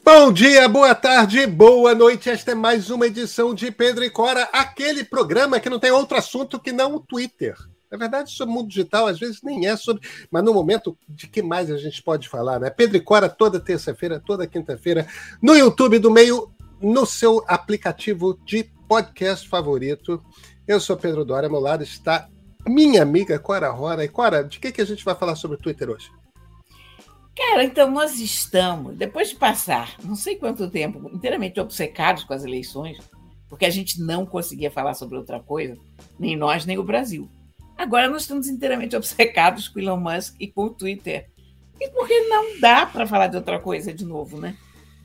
Bom dia, boa tarde, boa noite. Esta é mais uma edição de Pedro e Cora, aquele programa que não tem outro assunto que não o Twitter. Na verdade, sobre o mundo digital, às vezes nem é sobre... Mas no momento, de que mais a gente pode falar, né? Pedro e Cora, toda terça-feira, toda quinta-feira, no YouTube do Meio, no seu aplicativo de podcast favorito. Eu sou Pedro Dória, ao meu lado está minha amiga Cora Rora. E Cora, de que a gente vai falar sobre o Twitter hoje? Cara, então nós estamos, depois de passar não sei quanto tempo inteiramente obcecados com as eleições, porque a gente não conseguia falar sobre outra coisa, nem nós, nem o Brasil. Agora nós estamos inteiramente obcecados com Elon Musk e com o Twitter. E porque não dá para falar de outra coisa de novo, né?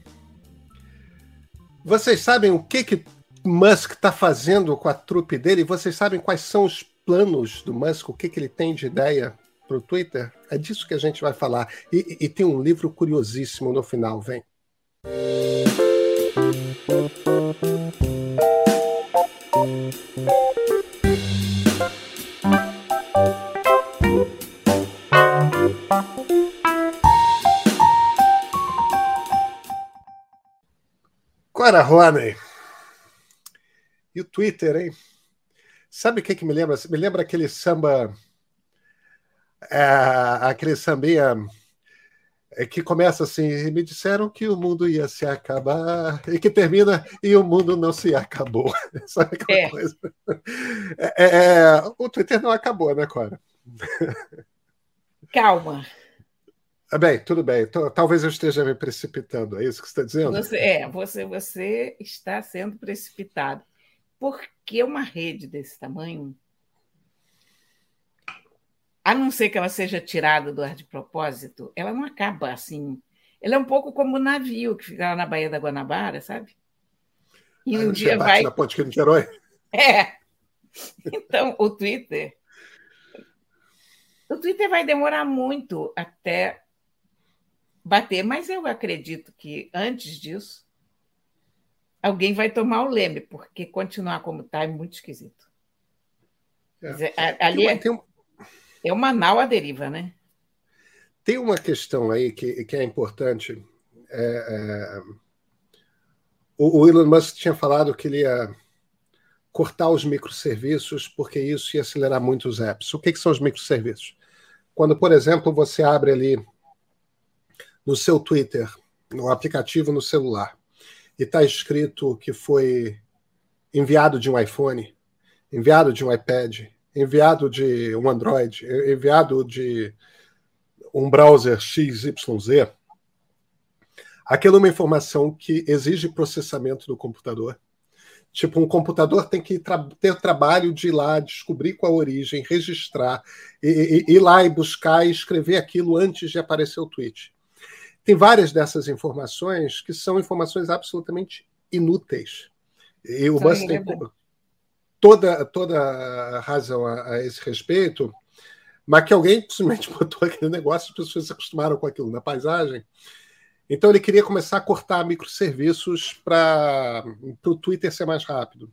Vocês sabem o que Musk está fazendo com a trupe dele? Vocês sabem quais são os planos do Musk? O que ele tem de ideia para o Twitter? É disso que a gente vai falar. E tem um livro curiosíssimo no final, vem. Cora Roney. E o Twitter, hein? Sabe o que me lembra? Me lembra aquele samba... aquele sambinha que começa assim, me disseram que o mundo ia se acabar, e que termina, e o mundo não se acabou. Sabe aquela coisa? O Twitter não acabou, né, Cora? Calma. Bem, tudo bem. Talvez eu esteja me precipitando, é isso que você está dizendo? Você está sendo precipitado. Porque uma rede desse tamanho, a não ser que ela seja tirada do ar de propósito, ela não acaba assim. Ela é um pouco como o navio que fica lá na Baía da Guanabara, sabe? E um dia vai... na ponte de Niterói? Então, o Twitter vai demorar muito até bater, mas eu acredito que antes disso alguém vai tomar o leme, porque continuar como está é muito esquisito. Ali é uma nau à deriva, né? Tem uma questão aí que é importante. O Elon Musk tinha falado que ele ia cortar os microserviços porque isso ia acelerar muito os apps. O que são os microserviços? Quando, por exemplo, você abre ali no seu Twitter, no aplicativo no celular, e está escrito que foi enviado de um iPhone, enviado de um iPad, enviado de um Android, enviado de um browser XYZ, aquilo é uma informação que exige processamento do computador. Tipo, um computador tem que ter o trabalho de ir lá, descobrir qual a origem, registrar, ir lá e buscar e escrever aquilo antes de aparecer o tweet. Tem várias dessas informações que são informações absolutamente inúteis. E o Musk tem toda razão a esse respeito, mas que alguém simplesmente botou aquele negócio, as pessoas se acostumaram com aquilo na paisagem. Então ele queria começar a cortar microserviços para o Twitter ser mais rápido.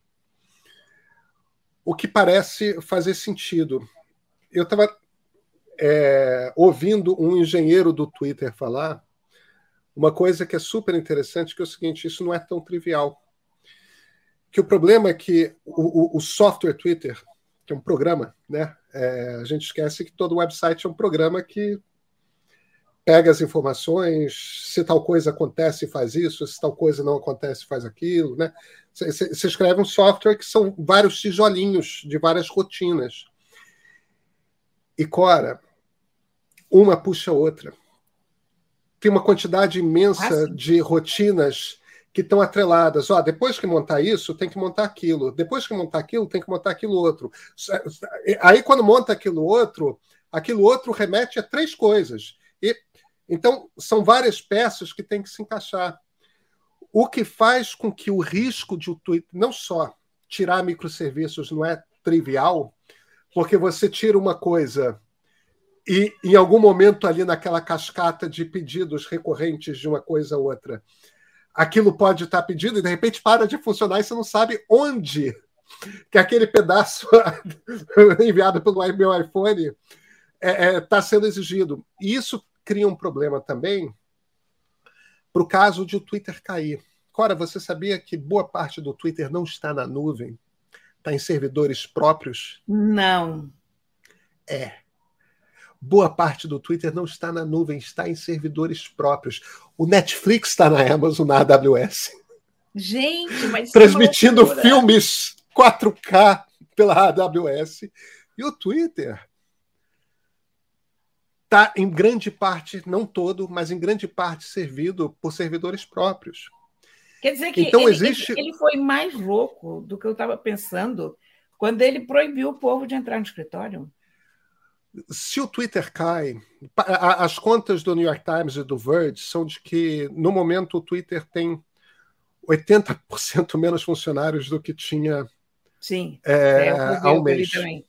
O que parece fazer sentido. Eu estava ouvindo um engenheiro do Twitter falar uma coisa que é super interessante, que é o seguinte: isso não é tão trivial. Que o problema é que o software Twitter, que é um programa, né? A gente esquece que todo website é um programa que pega as informações, se tal coisa acontece, faz isso, se tal coisa não acontece, faz aquilo, né? Você escreve um software que são vários tijolinhos de várias rotinas. E, Cora, uma puxa a outra. Tem uma quantidade imensa de rotinas que estão atreladas. Depois que montar isso, tem que montar aquilo. Depois que montar aquilo, tem que montar aquilo outro. Aí, quando monta aquilo outro remete a 3 coisas. Então, são várias peças que têm que se encaixar. O que faz com que o risco de o Twitter, não só tirar microserviços não é trivial, porque você tira uma coisa e, em algum momento ali naquela cascata de pedidos recorrentes de uma coisa a outra, aquilo pode estar pedido e, de repente, para de funcionar e você não sabe onde que aquele pedaço enviado pelo meu iPhone está sendo exigido. E isso cria um problema também, para o caso de o Twitter cair. Cora, você sabia que boa parte do Twitter não está na nuvem? Está em servidores próprios? Não. Boa parte do Twitter não está na nuvem, está em servidores próprios. O Netflix está na Amazon, na AWS. Gente, mas transmitindo filmes 4K pela AWS. E o Twitter está, em grande parte, não todo, mas em grande parte servido por servidores próprios. Quer dizer que então, ele foi mais louco do que eu estava pensando quando ele proibiu o povo de entrar no escritório. Se o Twitter cai, as contas do New York Times e do Verge são de que, no momento, o Twitter tem 80% menos funcionários do que tinha há um mês. Também.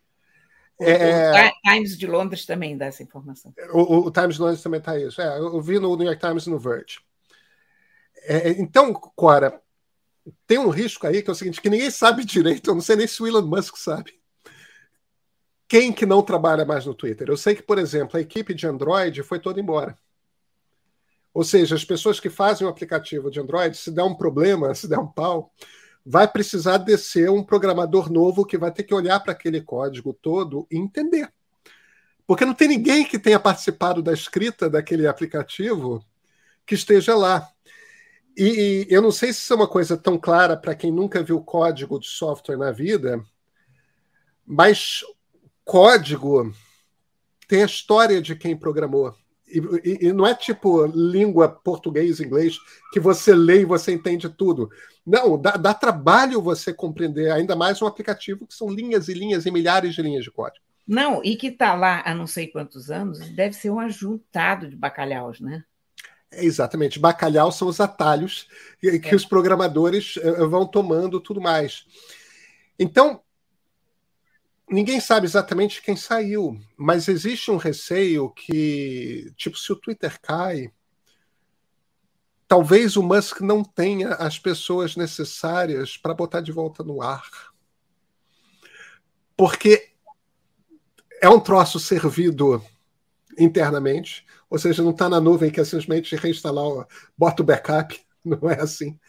O Times de Londres também dá essa informação. O Times de Londres também está isso. Eu vi no New York Times e no Verge. Então, Cora, tem um risco aí que é o seguinte, que ninguém sabe direito, eu não sei nem se o Elon Musk sabe. Quem que não trabalha mais no Twitter? Eu sei que, por exemplo, a equipe de Android foi toda embora. Ou seja, as pessoas que fazem o aplicativo de Android, se der um problema, se der um pau, vai precisar descer um programador novo que vai ter que olhar para aquele código todo e entender. Porque não tem ninguém que tenha participado da escrita daquele aplicativo que esteja lá. E eu não sei se isso é uma coisa tão clara para quem nunca viu código de software na vida, mas código tem a história de quem programou. E não é tipo língua português, inglês, que você lê e você entende tudo. Não, dá trabalho você compreender, ainda mais um aplicativo que são linhas e linhas e milhares de linhas de código. Não, e que está lá há não sei quantos anos, deve ser um ajuntado de bacalhaus, né? Exatamente. Bacalhau são os atalhos que os programadores vão tomando tudo mais. Então, ninguém sabe exatamente quem saiu, mas existe um receio que, tipo, se o Twitter cai, talvez o Musk não tenha as pessoas necessárias para botar de volta no ar. Porque é um troço servido internamente, ou seja, não está na nuvem que é simplesmente reinstalar, bota o backup, não é assim.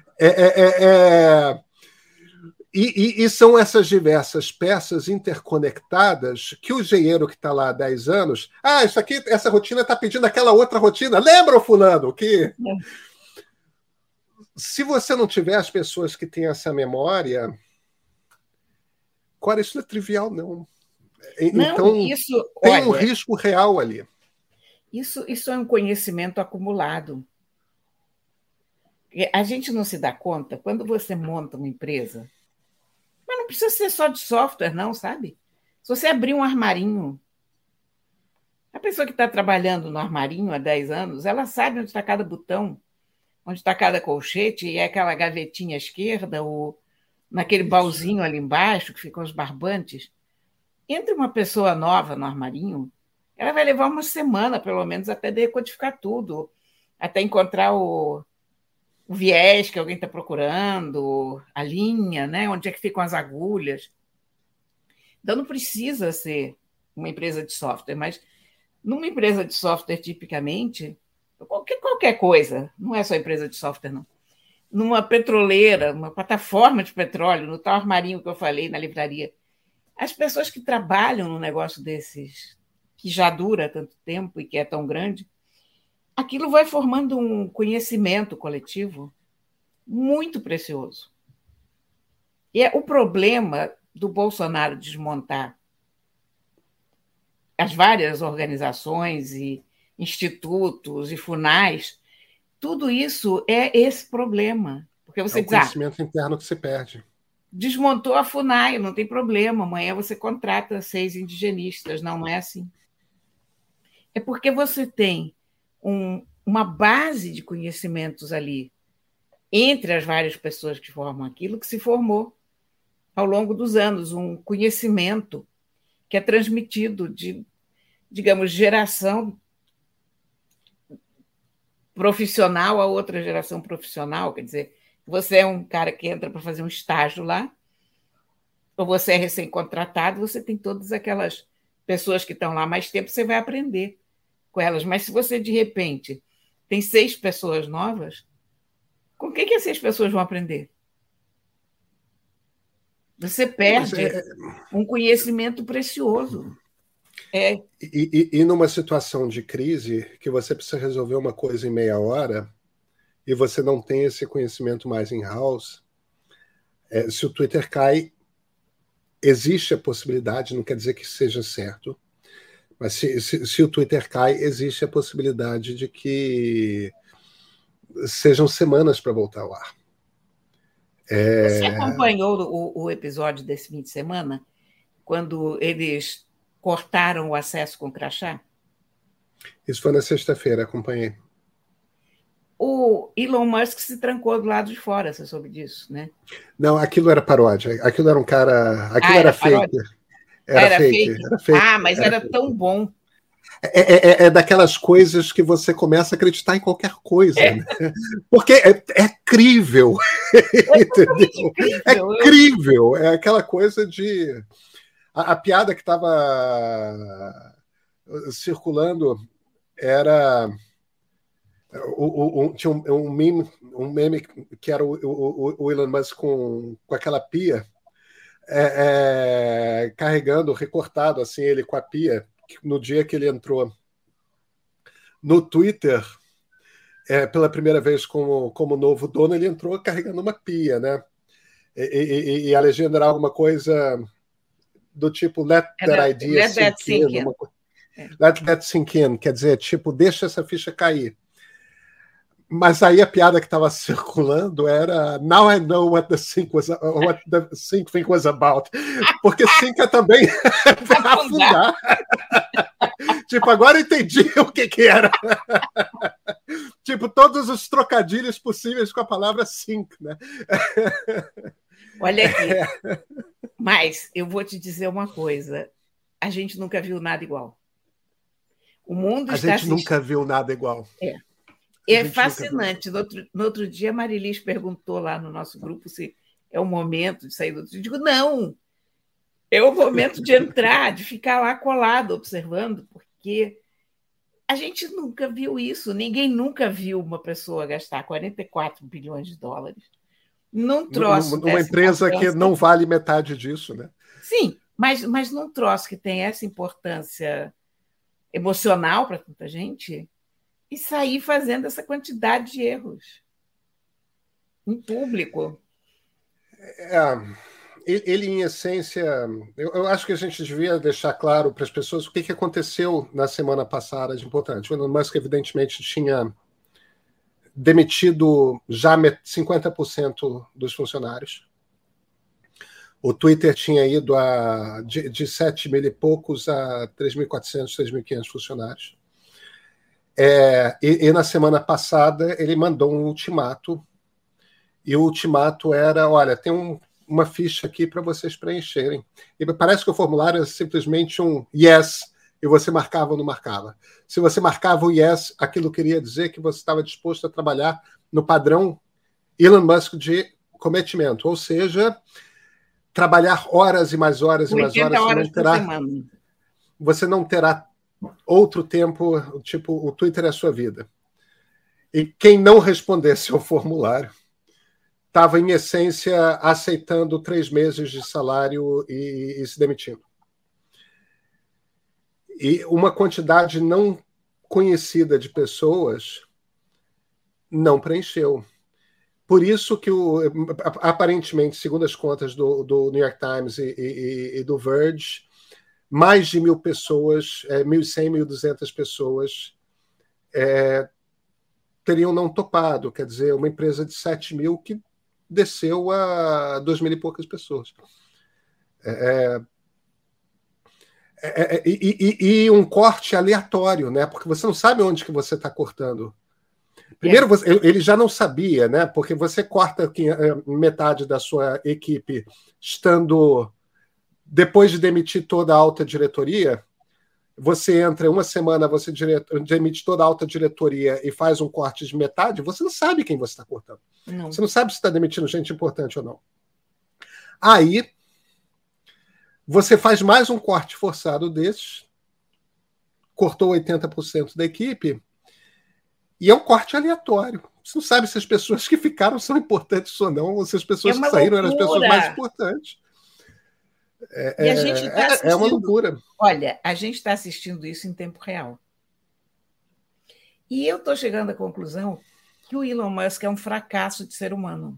E são essas diversas peças interconectadas que o engenheiro que está lá há 10 anos, isso aqui, essa rotina está pedindo aquela outra rotina. Lembra, fulano, que se você não tiver as pessoas que têm essa memória, isso não é trivial, não. Então, tem um risco real ali. Isso é um conhecimento acumulado. A gente não se dá conta, quando você monta uma empresa, mas não precisa ser só de software, não, sabe? Se você abrir um armarinho, a pessoa que está trabalhando no armarinho há 10 anos, ela sabe onde está cada botão, onde está cada colchete, e é aquela gavetinha à esquerda, ou naquele baúzinho ali embaixo, que ficam os barbantes. Entre uma pessoa nova no armarinho, ela vai levar uma semana, pelo menos, até decodificar tudo, até encontrar o viés que alguém está procurando, a linha, né? Onde é que ficam as agulhas. Então, não precisa ser uma empresa de software, mas numa empresa de software, tipicamente, qualquer coisa, não é só empresa de software, não. Numa petroleira, uma plataforma de petróleo, no tal armarinho que eu falei na livraria, as pessoas que trabalham num negócio desses, que já dura tanto tempo e que é tão grande, aquilo vai formando um conhecimento coletivo muito precioso. E o problema do Bolsonaro desmontar as várias organizações e institutos e funais, tudo isso é esse problema. Porque você diz, conhecimento interno que se perde. Desmontou a FUNAI, não tem problema, amanhã você contrata 6 indigenistas, não é assim. É porque você tem uma base de conhecimentos ali, entre as várias pessoas que formam aquilo, que se formou ao longo dos anos, um conhecimento que é transmitido de, digamos, geração profissional a outra geração profissional. Quer dizer, você é um cara que entra para fazer um estágio lá, ou você é recém-contratado, você tem todas aquelas pessoas que estão lá há mais tempo, você vai aprender com elas. Mas se você, de repente, tem 6 pessoas novas, com o que as 6 pessoas vão aprender? Você perde um conhecimento precioso. E numa situação de crise, que você precisa resolver uma coisa em meia hora, e você não tem esse conhecimento mais in-house, se o Twitter cai, existe a possibilidade, não quer dizer que seja certo, mas se o Twitter cai, existe a possibilidade de que sejam semanas para voltar ao ar. Você acompanhou o episódio desse fim de semana, quando eles cortaram o acesso com crachá? Isso foi na sexta-feira, acompanhei. O Elon Musk se trancou do lado de fora, você soube disso, né? Não, aquilo era paródia. Aquilo era um cara... Aquilo era fake. Era fake? Ah, mas era tão bom. É daquelas coisas que você começa a acreditar em qualquer coisa, né? Porque é crível. Entendeu? É crível. É aquela coisa de... A piada que estava circulando era... tinha um meme que era o Elon Musk com aquela pia carregando, recortado assim, ele com a pia, no dia que ele entrou no Twitter pela primeira vez como novo dono, ele entrou carregando uma pia, né? E a legenda era alguma coisa do tipo let that idea sink in. Let that sink in, quer dizer, tipo, deixa essa ficha cair. Mas aí a piada que estava circulando era Now I know what the sink thing was about. Porque sink é também afundar. Tipo, agora entendi o que era. Tipo, todos os trocadilhos possíveis com a palavra sink, né? Olha aqui. Mas eu vou te dizer uma coisa. A gente nunca viu nada igual. O mundo está... A gente nunca viu nada igual. É fascinante. No outro dia, a Marilis perguntou lá no nosso grupo se é o momento de sair do Twitter. Eu digo, não, é o momento de entrar, de ficar lá colado, observando, porque a gente nunca viu isso. Ninguém nunca viu uma pessoa gastar 44 bilhões de dólares num troço. Numa empresa que não vale metade disso, né? Sim, mas num troço que tem essa importância emocional para tanta gente... e sair fazendo essa quantidade de erros em público. Ele, em essência, eu acho que a gente devia deixar claro para as pessoas o que aconteceu na semana passada de importante. O Elon Musk, evidentemente, tinha demitido já 50% dos funcionários. O Twitter tinha ido de 7 mil e poucos a 3.400, 3.500 funcionários. E na semana passada ele mandou um ultimato, e o ultimato era, olha, tem uma ficha aqui para vocês preencherem. E parece que o formulário era simplesmente um yes, e você marcava ou não marcava. Se você marcava o yes, aquilo queria dizer que você estava disposto a trabalhar no padrão Elon Musk de cometimento, ou seja, trabalhar horas e mais horas e mais horas, você não terá outro tempo, tipo, o Twitter é a sua vida. E quem não respondesse ao formulário estava, em essência, aceitando 3 meses de salário e se demitindo. E uma quantidade não conhecida de pessoas não preencheu. Por isso que, aparentemente, segundo as contas do New York Times e do Verge, mais de 1.000 pessoas, 1.100, 1.200 pessoas teriam não topado. Quer dizer, uma empresa de 7 mil que desceu a 2.000 e poucas pessoas. E um corte aleatório, né? Porque você não sabe onde que você está cortando. Primeiro, ele já não sabia, né? Porque você corta metade da sua equipe estando... Depois de demitir toda a alta diretoria, você entra uma semana, você demite toda a alta diretoria e faz um corte de metade, você não sabe quem você está cortando. Não. Você não sabe se está demitindo gente importante ou não. Aí, você faz mais um corte forçado desses, cortou 80% da equipe, E é um corte aleatório. Você não sabe se as pessoas que ficaram são importantes ou não, ou se as pessoas que saíram eram as pessoas mais importantes. E a gente está assistindo. É uma loucura. Olha, a gente está assistindo isso em tempo real. E eu estou chegando à conclusão que o Elon Musk é um fracasso de ser humano.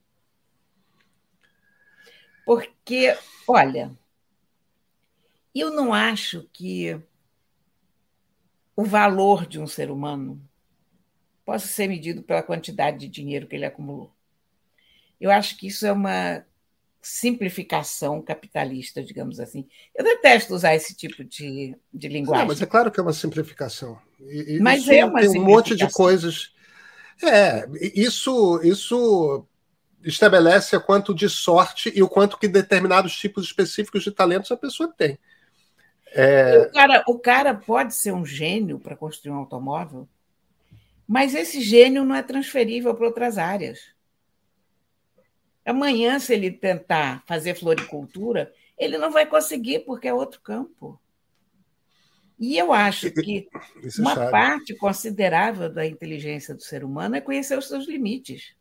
Porque, olha, eu não acho que o valor de um ser humano possa ser medido pela quantidade de dinheiro que ele acumulou. Eu acho que isso é uma simplificação capitalista, digamos assim. Eu detesto usar esse tipo de linguagem. Não, mas é claro que é uma simplificação. Mas é uma tem um monte de coisas. Isso estabelece o quanto de sorte e o quanto que determinados tipos específicos de talentos a pessoa tem. O cara pode ser um gênio para construir um automóvel, mas esse gênio não é transferível para outras áreas. Amanhã, se ele tentar fazer floricultura, ele não vai conseguir, porque é outro campo. E eu acho que uma parte considerável da inteligência do ser humano é conhecer os seus limites.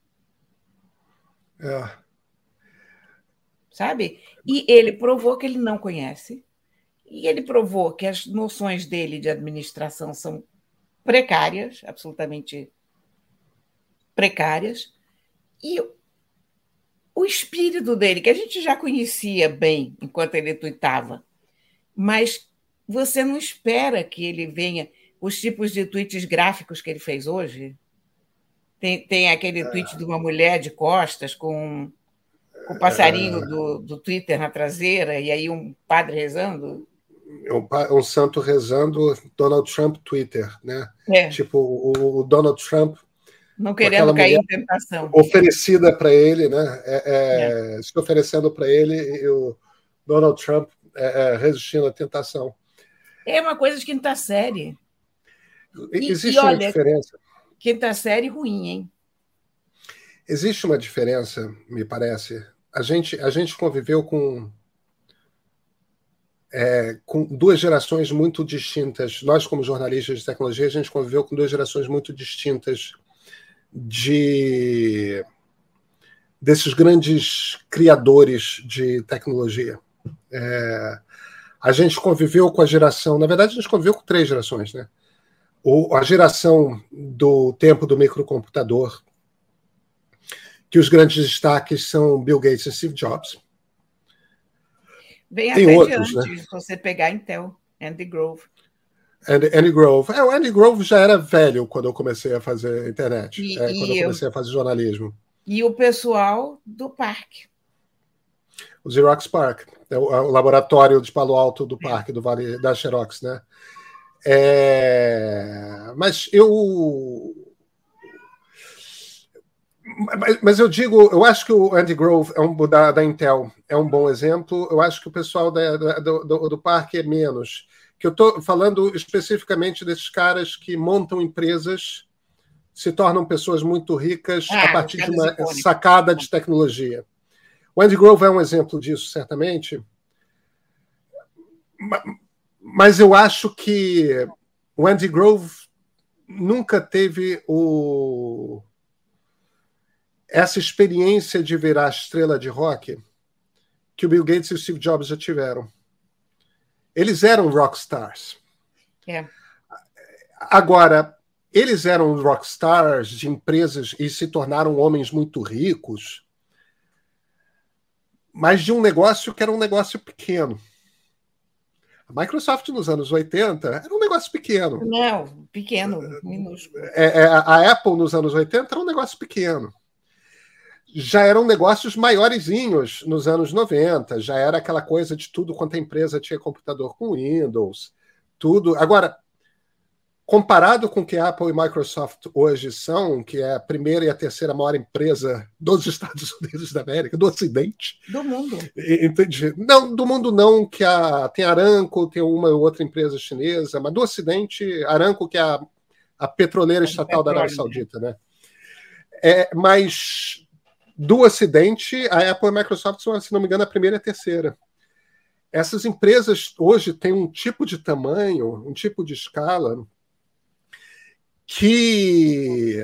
Sabe? E ele provou que ele não conhece, e ele provou que as noções dele de administração são precárias, absolutamente precárias, e o espírito dele, que a gente já conhecia bem enquanto ele tuitava, mas você não espera que ele venha. Os tipos de tweets gráficos que ele fez hoje. Tem aquele tweet de uma mulher de costas com o passarinho do Twitter na traseira e aí um padre rezando. Um santo rezando Donald Trump Twitter, né? Tipo, o Donald Trump não querendo cair em tentação. Oferecida para ele, né? Se oferecendo para ele e o Donald Trump resistindo à tentação. É uma coisa de quinta série. Existe uma diferença. Quinta série ruim, hein? Existe uma diferença, me parece. A gente conviveu com duas gerações muito distintas. Nós, como jornalistas de tecnologia, a gente conviveu com duas gerações muito distintas desses grandes criadores de tecnologia. A gente conviveu com a geração... Na verdade, a gente conviveu com 3 gerações, né? A geração do tempo do microcomputador, que os grandes destaques são Bill Gates e Steve Jobs. Tem até outros, diante, né? Se você pegar a Intel, Andy Grove. Andy Grove. O Andy Grove já era velho quando eu comecei a fazer internet, quando eu comecei a fazer jornalismo. E o pessoal do parque. O Xerox PARC, o laboratório de Palo Alto do parque, do Vale da Xerox, né? Mas eu acho que o Andy Grove da Intel é um bom exemplo. Eu acho que o pessoal do parque é menos. Que eu estou falando especificamente desses caras que montam empresas, se tornam pessoas muito ricas a partir de uma sacada de tecnologia. O Andy Grove é um exemplo disso, certamente. Mas eu acho que o Andy Grove nunca teve essa experiência de virar estrela de rock que o Bill Gates e o Steve Jobs já tiveram. Eles eram rockstars. Agora, eles eram rockstars de empresas e se tornaram homens muito ricos, mas de um negócio que era um negócio pequeno. A Microsoft nos anos 80 era um negócio pequeno. Não, pequeno, minúsculo. A Apple nos anos 80 era um negócio pequeno. Já eram negócios maiorzinhos nos anos 90, já era aquela coisa de tudo quanto a empresa tinha computador com Windows, tudo. Agora, comparado com o que a Apple e Microsoft hoje são, que é a primeira e a terceira maior empresa dos Estados Unidos da América, do Ocidente. Do mundo. Entendi. Não, do mundo não, que tem Aramco, tem uma ou outra empresa chinesa, mas do Ocidente, Aramco, que é a petroleira estatal da Arábia Saudita, né? Mas do Ocidente, a Apple e a Microsoft são, se não me engano, a primeira e a terceira. Essas empresas hoje têm um tipo de tamanho, um tipo de escala que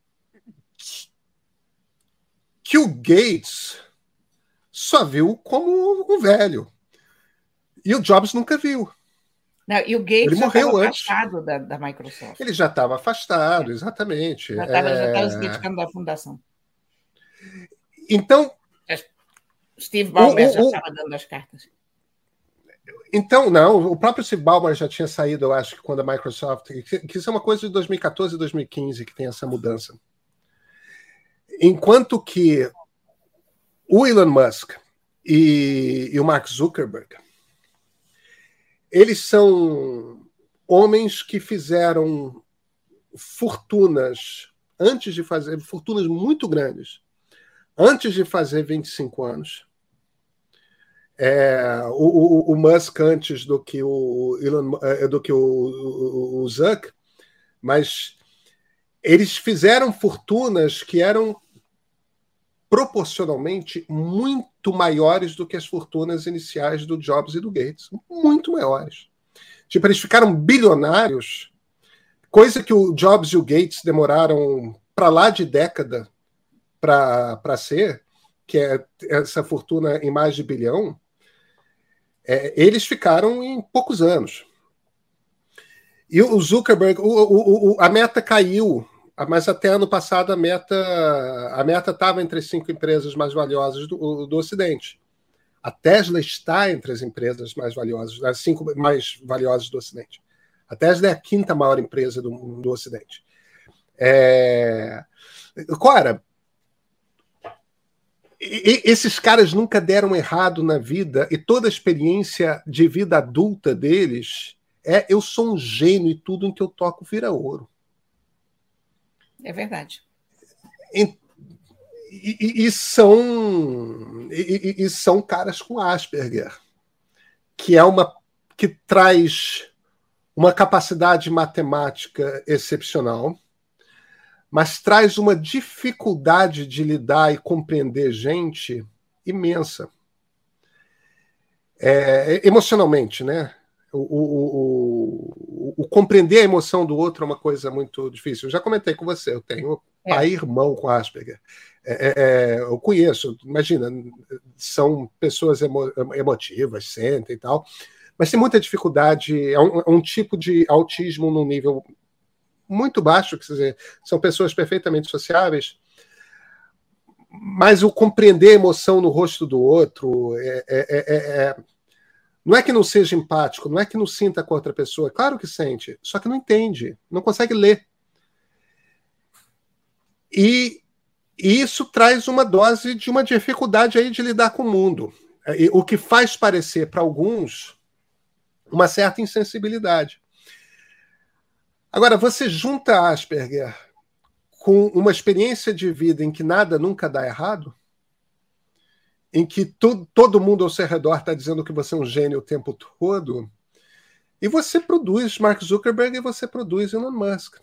o Gates só viu como um velho. E o Jobs nunca viu. Não, e o Gates ele morreu antes. afastado da Microsoft. Ele já estava afastado, exatamente. Já estava se dedicando à fundação. Então, Steve Ballmer já estava dando as cartas. Então, não, o próprio Steve Ballmer já tinha saído, eu acho, que quando a Microsoft... Que isso é uma coisa de 2014 e 2015 que tem essa mudança. Enquanto que o Elon Musk e o Mark Zuckerberg, eles são homens que fizeram fortunas antes de fazer... Fortunas muito grandes. Antes de fazer 25 anos. O Musk antes do que o Elon, do que o Zuck, mas eles fizeram fortunas que eram proporcionalmente muito maiores do que as fortunas iniciais do Jobs e do Gates, muito maiores. Tipo, eles ficaram bilionários, coisa que o Jobs e o Gates demoraram para lá de década para ser, que é essa fortuna em mais de bilhão. Eles ficaram em poucos anos. E o Zuckerberg, a meta caiu, mas até ano passado a meta estava entre as 5 empresas mais valiosas do Ocidente. A Tesla está entre as empresas mais valiosas, as 5 mais valiosas do Ocidente. A Tesla é a 5ª maior empresa do Ocidente. Cora, esses caras nunca deram errado na vida e toda a experiência de vida adulta deles eu sou um gênio e tudo em que eu toco vira ouro. É verdade. E são caras com Asperger, que traz uma capacidade matemática excepcional, mas traz uma dificuldade de lidar e compreender gente imensa. Emocionalmente, né? O compreender a emoção do outro é uma coisa muito difícil. Eu já comentei com você, eu tenho pai e irmão com Asperger. Eu conheço, imagina, são pessoas emotivas, sentem e tal, mas tem muita dificuldade, é um tipo de autismo num nível muito baixo, quer dizer, são pessoas perfeitamente sociáveis, mas o compreender a emoção no rosto do outro não é que não seja empático, não é que não sinta com a outra pessoa, claro que sente, só que não entende, não consegue ler. E isso traz uma dose de uma dificuldade aí de lidar com o mundo, o que faz parecer para alguns uma certa insensibilidade. Agora, você junta Asperger com uma experiência de vida em que nada nunca dá errado, em que todo mundo ao seu redor está dizendo que você é um gênio o tempo todo, e você produz Mark Zuckerberg e você produz Elon Musk.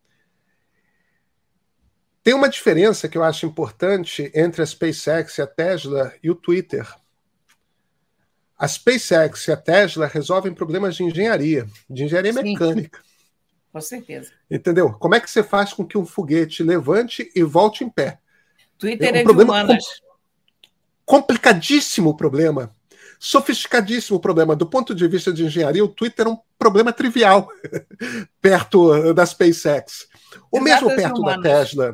Tem uma diferença que eu acho importante entre a SpaceX e a Tesla e o Twitter. A SpaceX e a Tesla resolvem problemas de engenharia mecânica. Com certeza. Entendeu? Como é que você faz com que um foguete levante e volte em pé? Twitter é problema de humanas. Complicadíssimo problema. Sofisticadíssimo problema. Do ponto de vista de engenharia, o Twitter é um problema trivial perto da SpaceX. Ou mesmo perto da Tesla.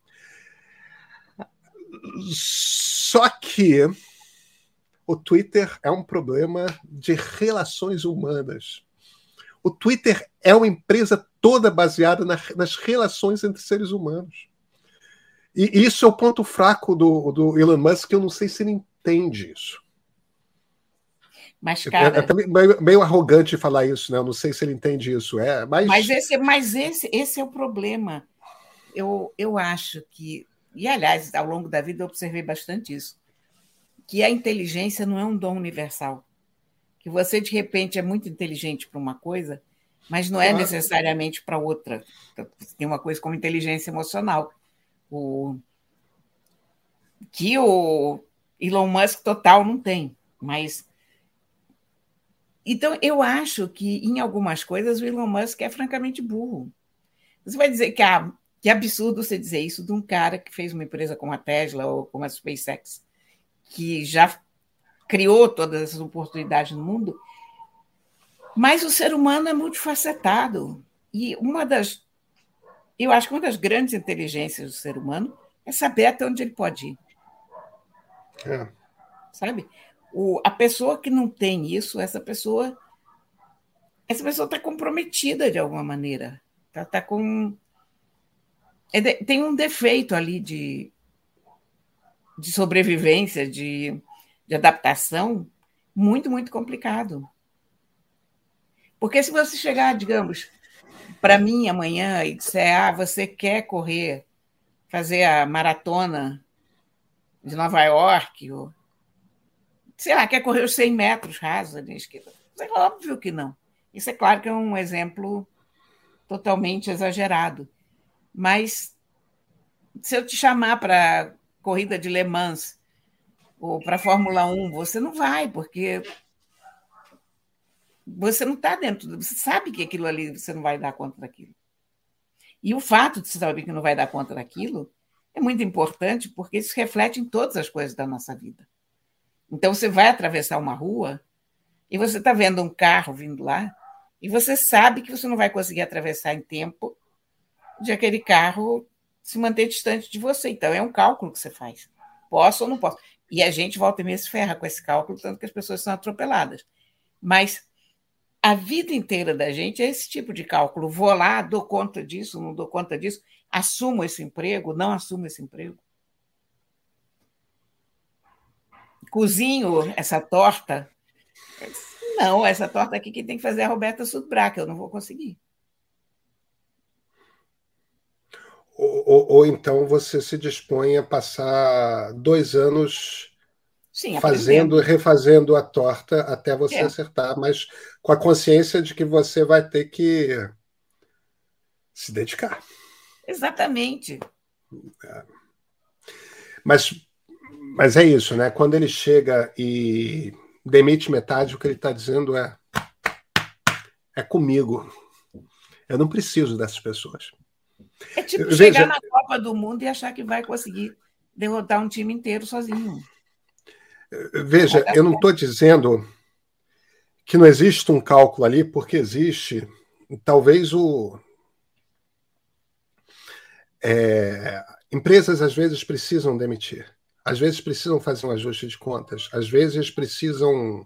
Só que o Twitter é um problema de relações humanas. O Twitter é uma empresa toda baseada nas relações entre seres humanos. E isso é o ponto fraco do Elon Musk, que eu não sei se ele entende isso. Mas, cara... É meio arrogante falar isso, né? Eu não sei se ele entende isso. Mas esse é o problema. Eu acho que... E, aliás, ao longo da vida eu observei bastante isso. Que a inteligência não é um dom universal. Que você, de repente, é muito inteligente para uma coisa, mas não é necessariamente para outra. Tem uma coisa como inteligência emocional. Que o Elon Musk total não tem. Mas... Então, eu acho que, em algumas coisas, o Elon Musk é francamente burro. Você vai dizer que absurdo você dizer isso de um cara que fez uma empresa como a Tesla ou como a SpaceX, que já criou todas essas oportunidades no mundo, mas o ser humano é multifacetado. E eu acho que uma das grandes inteligências do ser humano é saber até onde ele pode ir. É. Sabe? A pessoa que não tem isso, essa pessoa está comprometida de alguma maneira. Tá com. Tem um defeito ali de sobrevivência, de adaptação, muito, muito complicado. Porque se você chegar, digamos, para mim amanhã e disser, você quer correr, fazer a maratona de Nova York, ou, sei lá, quer correr os 100 metros rasos ali na esquerda. É óbvio que não. Isso é claro que é um exemplo totalmente exagerado. Mas se eu te chamar para corrida de Le Mans ou para a Fórmula 1, você não vai, porque você não está dentro, você sabe que aquilo ali você não vai dar conta daquilo. E o fato de você saber que não vai dar conta daquilo é muito importante, porque isso reflete em todas as coisas da nossa vida. Então, você vai atravessar uma rua e você está vendo um carro vindo lá e você sabe que você não vai conseguir atravessar em tempo de aquele carro se manter distante de você. Então, é um cálculo que você faz. Posso ou não posso? E a gente volta e meia se ferra com esse cálculo, tanto que as pessoas são atropeladas. Mas a vida inteira da gente é esse tipo de cálculo. Vou lá, dou conta disso, não dou conta disso, assumo esse emprego, não assumo esse emprego. Cozinho essa torta. Não, essa torta aqui quem tem que fazer é a Roberta Sudbrack, eu não vou conseguir. Ou então você se dispõe a passar 2 anos fazendo e refazendo a torta até você acertar, mas com a consciência de que você vai ter que se dedicar. Exatamente. Mas é isso, né? Quando ele chega e demite metade, o que ele está dizendo é comigo. Eu não preciso dessas pessoas. É tipo chegar na Copa do Mundo e achar que vai conseguir derrotar um time inteiro sozinho. Veja, eu não estou dizendo que não existe um cálculo ali, porque existe. Talvez empresas às vezes precisam demitir, às vezes precisam fazer um ajuste de contas, às vezes precisam.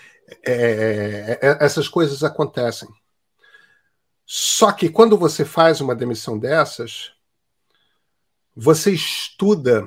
Essas coisas acontecem. Só que quando você faz uma demissão dessas, você estuda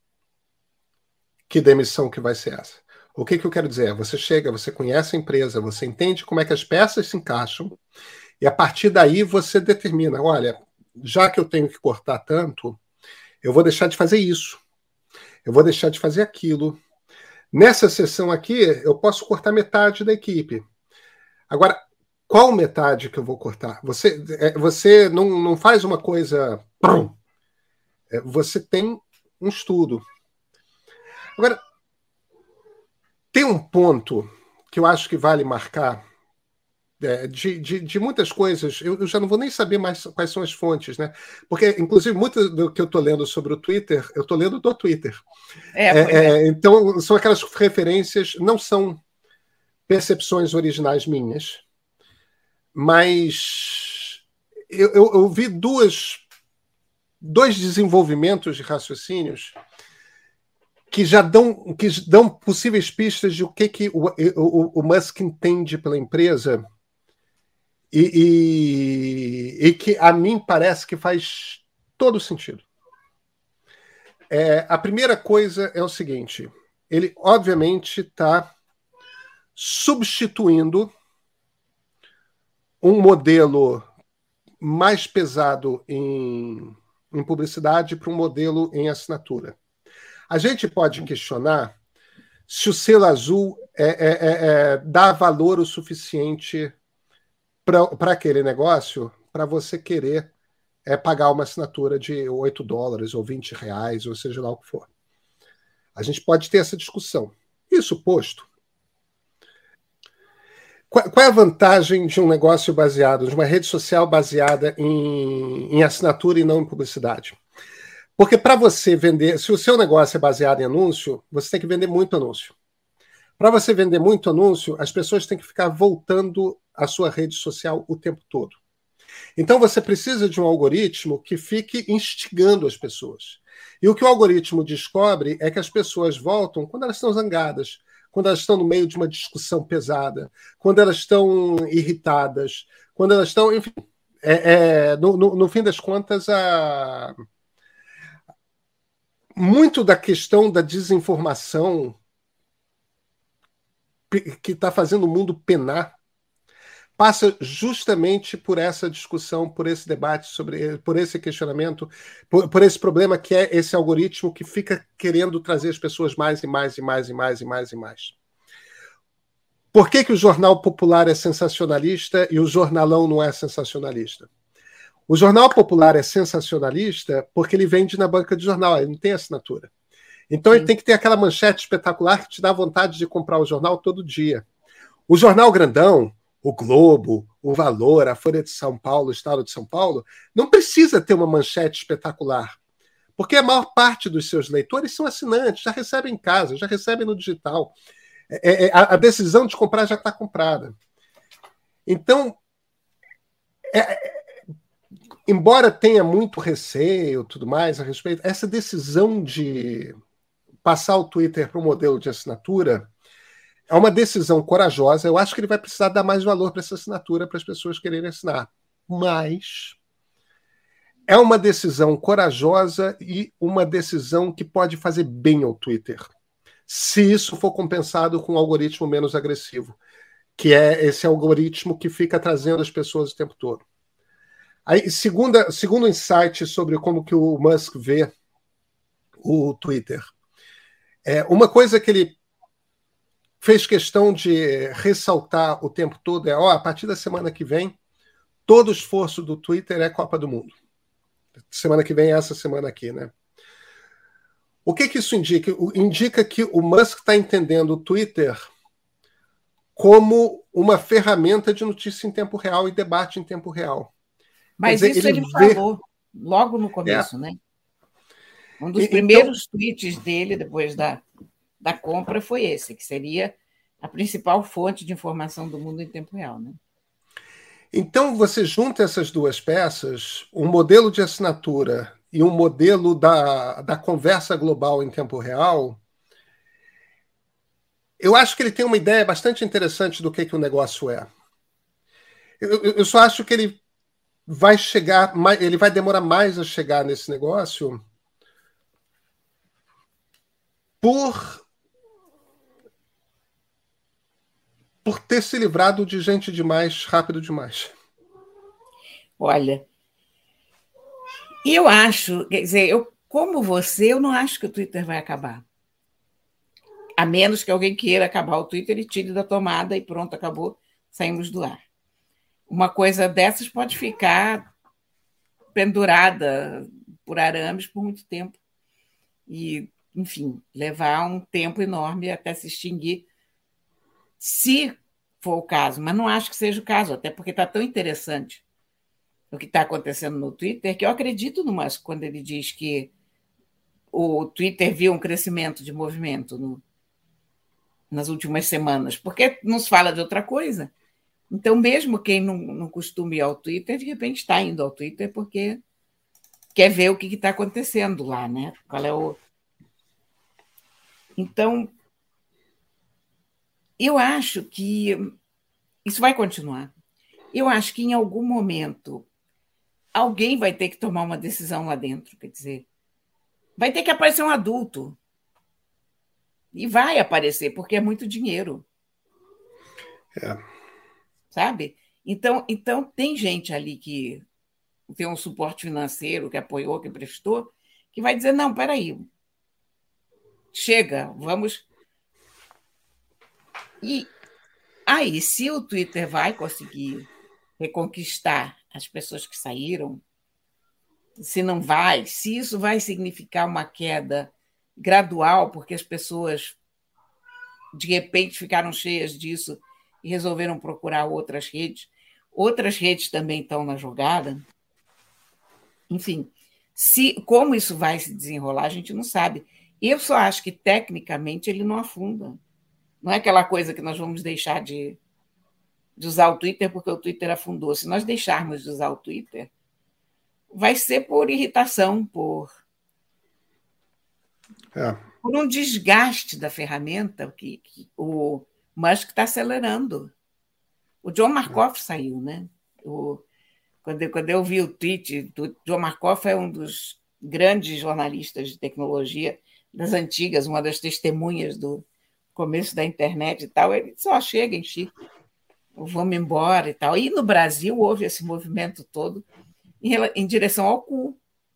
que demissão que vai ser essa. O que eu quero dizer? Você chega, você conhece a empresa, você entende como é que as peças se encaixam, e a partir daí você determina, olha, já que eu tenho que cortar tanto, eu vou deixar de fazer isso, eu vou deixar de fazer aquilo. Nessa sessão aqui, eu posso cortar metade da equipe. Agora, qual metade que eu vou cortar? Você não faz uma coisa... Você tem um estudo. Agora, tem um ponto que eu acho que vale marcar, de muitas coisas, eu já não vou nem saber mais quais são as fontes, né? Porque, inclusive, muito do que eu estou lendo sobre o Twitter, eu estou lendo do Twitter. Então, são aquelas referências, não são percepções originais minhas, mas eu vi dois desenvolvimentos de raciocínios que já dão possíveis pistas de o que o Musk entende pela empresa e que a mim parece que faz todo sentido. A primeira coisa é o seguinte: ele obviamente está substituindo um modelo mais pesado em publicidade para um modelo em assinatura. A gente pode questionar se o selo azul dá valor o suficiente para aquele negócio, para você querer pagar uma assinatura de $8 ou R$20, ou seja lá o que for. A gente pode ter essa discussão. Isso posto, Qual é a vantagem de um negócio baseado, de uma rede social baseada em assinatura e não em publicidade? Porque para você vender, se o seu negócio é baseado em anúncio, você tem que vender muito anúncio. Para você vender muito anúncio, as pessoas têm que ficar voltando à sua rede social o tempo todo. Então você precisa de um algoritmo que fique instigando as pessoas. E o que o algoritmo descobre é que as pessoas voltam quando elas estão zangadas, quando elas estão no meio de uma discussão pesada, quando elas estão irritadas, quando elas estão. Enfim, no fim das contas, muito da questão da desinformação que está fazendo o mundo penar passa justamente por essa discussão, por esse debate, por esse questionamento, por esse problema que é esse algoritmo que fica querendo trazer as pessoas mais e mais e mais e mais e mais e mais. Por que o Jornal Popular é sensacionalista e o Jornalão não é sensacionalista? O Jornal Popular é sensacionalista porque ele vende na banca de jornal, ele não tem assinatura. Então ele tem que ter aquela manchete espetacular que te dá vontade de comprar o jornal todo dia. O jornal grandão, o Globo, o Valor, a Folha de São Paulo, o Estado de São Paulo, não precisa ter uma manchete espetacular, porque a maior parte dos seus leitores são assinantes, já recebem em casa, já recebem no digital. A decisão de comprar já está comprada. Então, embora tenha muito receio tudo mais a respeito, essa decisão de passar o Twitter para o modelo de assinatura é uma decisão corajosa. Eu acho que ele vai precisar dar mais valor para essa assinatura para as pessoas quererem assinar. Mas é uma decisão corajosa e uma decisão que pode fazer bem ao Twitter, se isso for compensado com um algoritmo menos agressivo, que é esse algoritmo que fica trazendo as pessoas o tempo todo. Aí, segundo insight sobre como que o Musk vê o Twitter, uma coisa que ele fez questão de ressaltar o tempo todo a partir da semana que vem, todo o esforço do Twitter é Copa do Mundo. Semana que vem é essa semana aqui, né? O que isso indica? Indica que o Musk está entendendo o Twitter como uma ferramenta de notícia em tempo real e debate em tempo real. Mas dizer, isso ele falou logo no começo, né? Um dos primeiros tweets dele, depois da compra, foi esse, que seria a principal fonte de informação do mundo em tempo real, né? Então, você junta essas duas peças, um modelo de assinatura e um modelo da conversa global em tempo real, eu acho que ele tem uma ideia bastante interessante do que o negócio é. Eu só acho que ele vai chegar, ele vai demorar mais a chegar nesse negócio por ter se livrado de gente demais, rápido demais. Olha, eu acho, quer dizer, como você, eu não acho que o Twitter vai acabar. A menos que alguém queira acabar o Twitter e tire da tomada e pronto, acabou, saímos do ar. Uma coisa dessas pode ficar pendurada por arames por muito tempo e, enfim, levar um tempo enorme até se extinguir, se for o caso. Mas não acho que seja o caso, até porque está tão interessante o que está acontecendo no Twitter que eu acredito no Musk quando ele diz que o Twitter viu um crescimento de movimento nas últimas semanas, porque não se fala de outra coisa. Então, mesmo quem não costuma ir ao Twitter, de repente está indo ao Twitter porque quer ver o que está acontecendo lá, né? Qual é o... Então, eu acho que isso vai continuar. Eu acho que em algum momento alguém vai ter que tomar uma decisão lá dentro, quer dizer, vai ter que aparecer um adulto. E vai aparecer, porque é muito dinheiro. Sabe? Então, tem gente ali que tem um suporte financeiro, que apoiou, que prestou, que vai dizer, não, peraí, chega, vamos... E aí, se o Twitter vai conseguir reconquistar as pessoas que saíram, se não vai, se isso vai significar uma queda gradual, porque as pessoas de repente ficaram cheias disso e resolveram procurar outras redes. Outras redes também estão na jogada. Enfim, como isso vai se desenrolar, a gente não sabe. Eu só acho que, tecnicamente, ele não afunda. Não é aquela coisa que nós vamos deixar de usar o Twitter porque o Twitter afundou. Se nós deixarmos de usar o Twitter, vai ser por irritação, por um desgaste da ferramenta que o Musk está acelerando. O John Markoff saiu, né? Quando eu vi o tweet, o John Markoff é um dos grandes jornalistas de tecnologia das antigas, uma das testemunhas do começo da internet e tal. Ele só chega, enchi, vamos embora e tal. E no Brasil houve esse movimento todo em direção ao cu.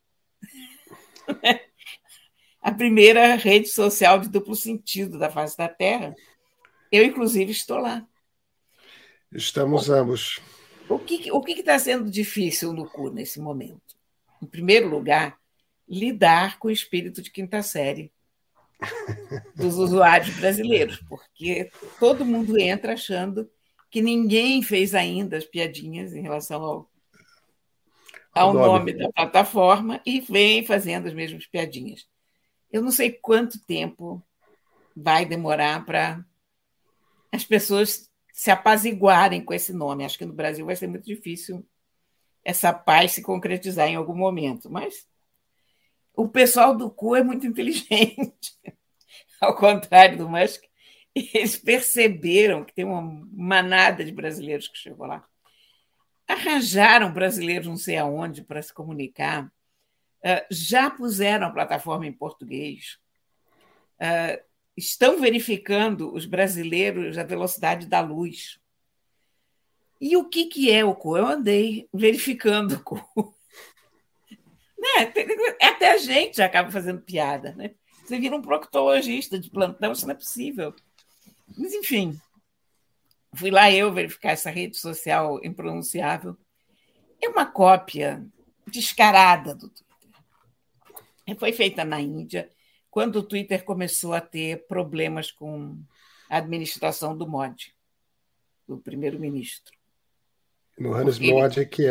A primeira rede social de duplo sentido da face da Terra. Eu, inclusive, estou lá. Estamos ambos. O que está sendo difícil no cu nesse momento? Em primeiro lugar, lidar com o espírito de quinta série dos usuários brasileiros, porque todo mundo entra achando que ninguém fez ainda as piadinhas em relação ao nome da plataforma e vem fazendo as mesmas piadinhas. Eu não sei quanto tempo vai demorar para as pessoas se apaziguarem com esse nome. Acho que no Brasil vai ser muito difícil essa paz se concretizar em algum momento, mas o pessoal do cu é muito inteligente. Ao contrário do Musk, eles perceberam que tem uma manada de brasileiros que chegou lá. Arranjaram brasileiros não sei aonde para se comunicar, já puseram a plataforma em português, estão verificando os brasileiros a velocidade da luz. E o que é o cu? Eu andei verificando o cu. Né? Até a gente acaba fazendo piada. Né? Você vira um proctologista de plantão, isso não é possível. Mas, enfim, fui lá eu verificar essa rede social impronunciável. É uma cópia descarada do Twitter. Foi feita na Índia, quando o Twitter começou a ter problemas com a administração do Modi, do primeiro-ministro. Mohamed Modi, que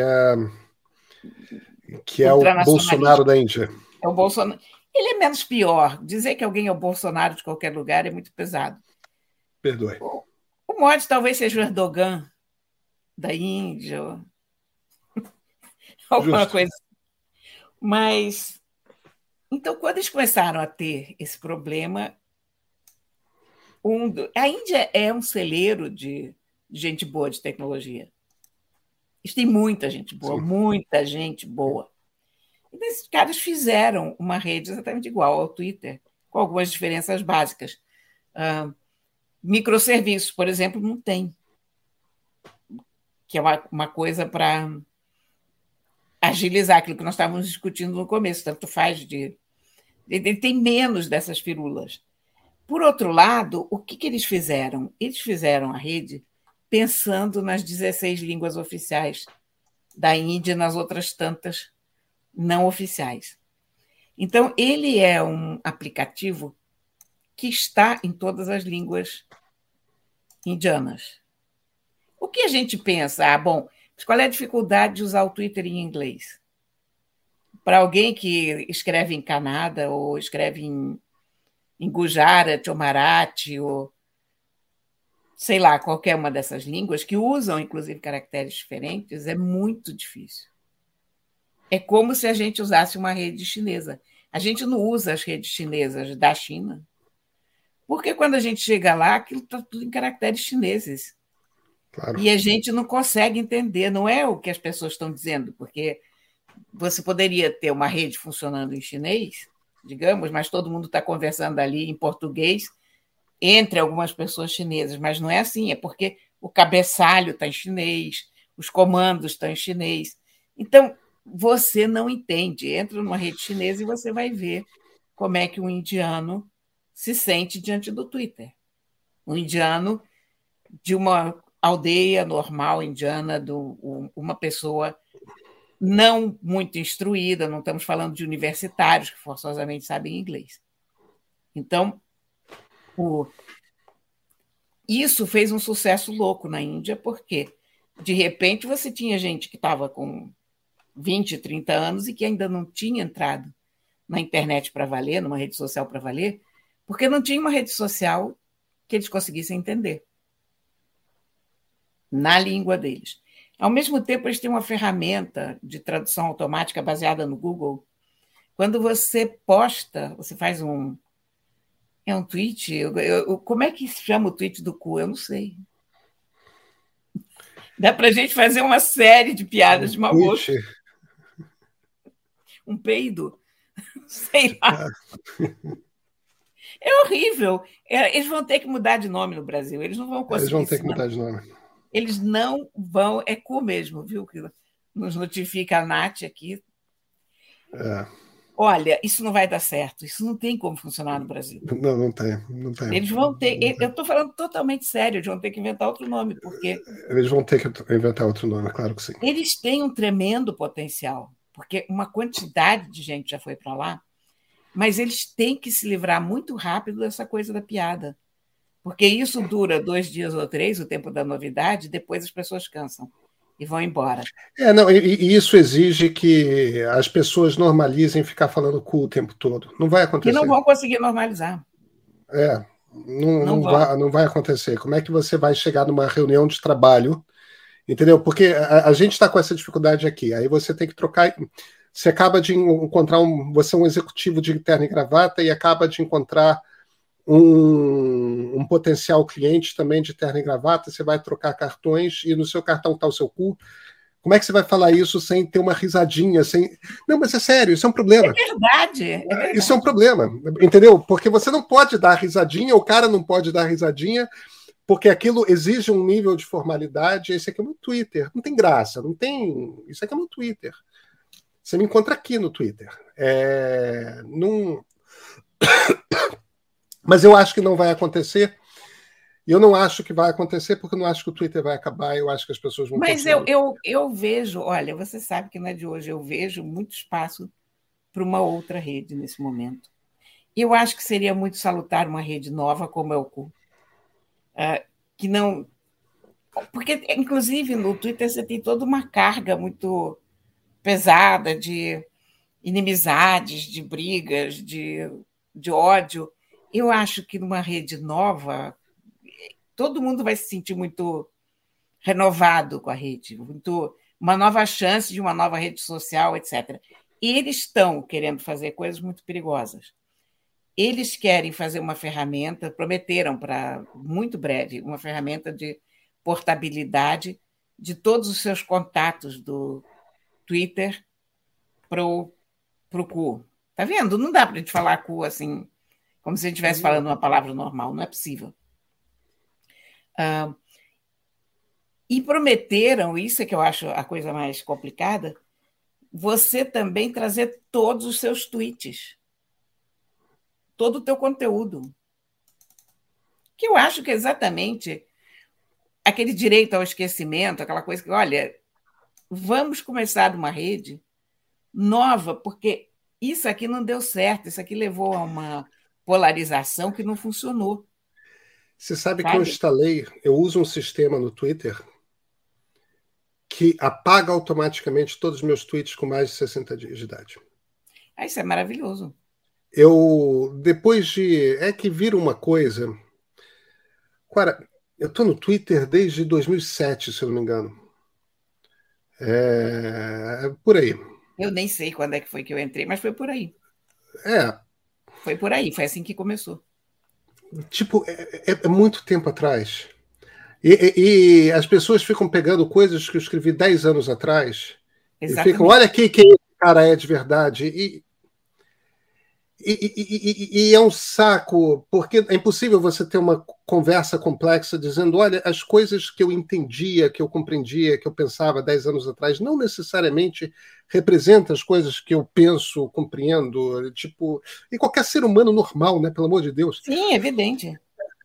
é o Bolsonaro da Índia. É o Bolsonaro. Ele é menos pior. Dizer que alguém é o Bolsonaro de qualquer lugar é muito pesado. Perdoe. O Modi talvez seja o Erdogan da Índia, ou alguma Justo. coisa. Mas, então, quando eles começaram a ter esse problema, a Índia é um celeiro de gente boa de tecnologia. Eles têm muita gente boa, sim, muita gente boa. E esses caras fizeram uma rede exatamente igual ao Twitter, com algumas diferenças básicas. Microserviços, por exemplo, não tem, que é uma coisa para agilizar aquilo que nós estávamos discutindo no começo, tanto faz ele tem menos dessas firulas. Por outro lado, o que eles fizeram? Eles fizeram a rede pensando nas 16 línguas oficiais da Índia e nas outras tantas não oficiais. Então, ele é um aplicativo que está em todas as línguas indianas. O que a gente pensa? Bom, qual é a dificuldade de usar o Twitter em inglês? Para alguém que escreve em Kannada ou escreve em Gujarati ou Marathi ou sei lá, qualquer uma dessas línguas que usam, inclusive, caracteres diferentes, é muito difícil. É como se a gente usasse uma rede chinesa. A gente não usa as redes chinesas da China, porque quando a gente chega lá, aquilo está tudo em caracteres chineses. Claro. E a gente não consegue entender, não é o que as pessoas estão dizendo, porque você poderia ter uma rede funcionando em chinês, digamos, mas todo mundo está conversando ali em português, entre algumas pessoas chinesas, mas não é assim, é porque o cabeçalho está em chinês, os comandos estão em chinês. Então, você não entende. Entra numa rede chinesa e você vai ver como é que um indiano se sente diante do Twitter. Um indiano de uma aldeia normal indiana, uma pessoa não muito instruída, não estamos falando de universitários que forçosamente sabem inglês. Então, Isso fez um sucesso louco na Índia, porque, de repente, você tinha gente que estava com 20, 30 anos e que ainda não tinha entrado na internet para valer, numa rede social para valer, porque não tinha uma rede social que eles conseguissem entender na língua deles. Ao mesmo tempo, eles têm uma ferramenta de tradução automática baseada no Google. Quando você posta, você faz um tweet. Como é que se chama o tweet do cu? Eu não sei. Dá para a gente fazer uma série de piadas de mau gosto. Um peido? Sei lá. É horrível. Eles vão ter que mudar de nome no Brasil. Eles não vão conseguir. Eles vão ter que mudar de nome. Eles não vão. É cu mesmo, viu? Que nos notifica a Nath aqui. Olha, isso não vai dar certo. Isso não tem como funcionar no Brasil. Não tem. Eles vão ter. Eu estou falando totalmente sério. Eles vão ter que inventar outro nome, porque. Eles vão ter que inventar outro nome, claro que sim. Eles têm um tremendo potencial, porque uma quantidade de gente já foi para lá, mas eles têm que se livrar muito rápido dessa coisa da piada, porque isso dura 2 dias ou 3, o tempo da novidade, depois as pessoas cansam e vão embora. E isso exige que as pessoas normalizem ficar falando cu o tempo todo. Não vai acontecer. E não vão conseguir normalizar. Não vai acontecer. Como é que você vai chegar numa reunião de trabalho, entendeu? Porque a gente está com essa dificuldade aqui. Aí você tem que trocar. Você acaba de encontrar você é um executivo de terno e gravata e acaba de encontrar um potencial cliente também de terno e gravata. Você vai trocar cartões e no seu cartão está o seu cu. Como é que você vai falar isso sem ter uma risadinha? Não, mas é sério, isso é um problema. É verdade. Isso é um problema, entendeu? Porque você não pode dar risadinha, o cara não pode dar risadinha, porque aquilo exige um nível de formalidade. Esse aqui é o meu Twitter. Não tem graça, não tem. Isso aqui é o meu Twitter. Você me encontra aqui no Twitter. Mas eu acho que não vai acontecer. E eu não acho que vai acontecer porque eu não acho que o Twitter vai acabar. Eu acho que as pessoas vão continuar. Mas eu vejo, olha, você sabe que não é de hoje, eu vejo muito espaço para uma outra rede nesse momento. Eu acho que seria muito salutar uma rede nova como é o Cu. Que não... Porque, inclusive, no Twitter você tem toda uma carga muito pesada de inimizades, de brigas, de ódio. Eu acho que numa rede nova, todo mundo vai se sentir muito renovado com a rede, uma nova chance de uma nova rede social, etc. E eles estão querendo fazer coisas muito perigosas. Eles querem fazer uma ferramenta, prometeram para muito breve, uma ferramenta de portabilidade de todos os seus contatos do Twitter para o cu. Tá vendo? Não dá para a gente falar cu assim, como se a gente estivesse falando uma palavra normal, não é possível. E prometeram, isso é que eu acho a coisa mais complicada, você também trazer todos os seus tweets, todo o teu conteúdo. Que eu acho que é exatamente aquele direito ao esquecimento, aquela coisa que, olha, vamos começar uma rede nova, porque isso aqui não deu certo, isso aqui levou a uma polarização que não funcionou. Você sabe que eu uso um sistema no Twitter que apaga automaticamente todos os meus tweets com mais de 60 dias de idade. Isso é maravilhoso. É que vira uma coisa... Cara, eu estou no Twitter desde 2007, se eu não me engano. Por aí. Eu nem sei quando é que foi que eu entrei, mas foi por aí. Foi por aí, foi assim que começou. Tipo, é muito tempo atrás. E as pessoas ficam pegando coisas que eu escrevi 10 anos atrás. Exatamente. E ficam, olha aqui quem esse cara é de verdade. E é um saco, porque é impossível você ter uma conversa complexa dizendo, olha, as coisas que eu entendia, que eu compreendia, que eu pensava 10 anos atrás, não necessariamente representam as coisas que eu penso, compreendo, tipo, e qualquer ser humano normal, né, pelo amor de Deus. Sim, é evidente.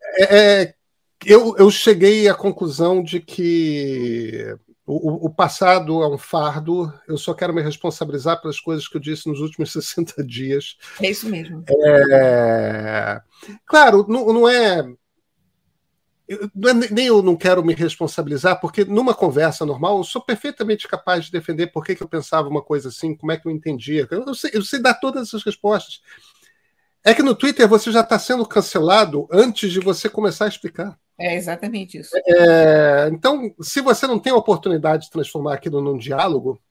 Eu cheguei à conclusão de que o passado é um fardo, eu só quero me responsabilizar pelas coisas que eu disse nos últimos 60 dias. É isso mesmo. Claro, não é... Nem eu não quero me responsabilizar, porque numa conversa normal eu sou perfeitamente capaz de defender por que eu pensava uma coisa assim, como é que eu entendia. Eu sei dar todas essas respostas. É que no Twitter você já está sendo cancelado antes de você começar a explicar. É exatamente isso. Então, se você não tem a oportunidade de transformar aquilo num diálogo,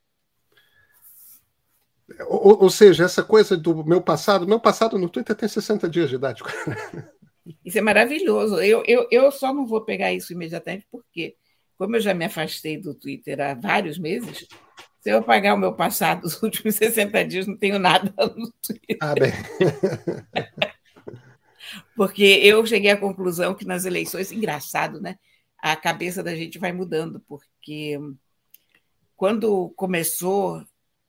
ou seja, essa coisa do meu passado no Twitter tem 60 dias de idade. Isso é maravilhoso. Eu só não vou pegar isso imediatamente, porque, como eu já me afastei do Twitter há vários meses, se eu apagar o meu passado dos últimos 60 dias, não tenho nada no Twitter. Ah, bem. Porque eu cheguei à conclusão que nas eleições, engraçado, né? A cabeça da gente vai mudando, porque quando começou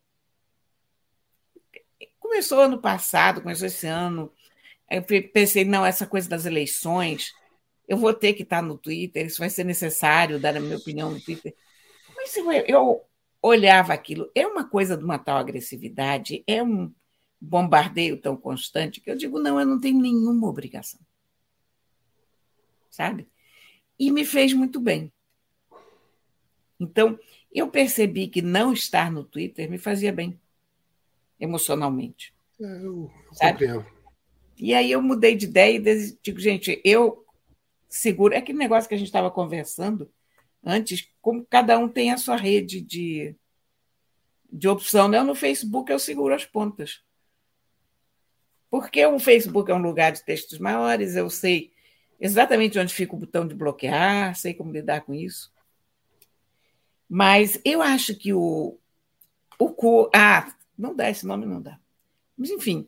ano passado, começou esse ano, eu pensei, não, essa coisa das eleições, eu vou ter que estar no Twitter, isso vai ser necessário, dar a minha opinião no Twitter. Mas eu olhava aquilo, é uma coisa de uma tal agressividade, é um bombardeio tão constante, que eu digo, não, eu não tenho nenhuma obrigação. Sabe? E me fez muito bem. Então, eu percebi que não estar no Twitter me fazia bem, emocionalmente. Eu sabe? compreendo. E aí eu mudei de ideia e digo, gente, eu seguro. É aquele negócio que a gente estava conversando antes, como cada um tem a sua rede de opção. Né? No Facebook eu seguro as pontas. Porque o Facebook é um lugar de textos maiores, eu sei exatamente onde fica o botão de bloquear, sei como lidar com isso. Mas eu acho que o não dá esse nome, não dá. Mas, enfim,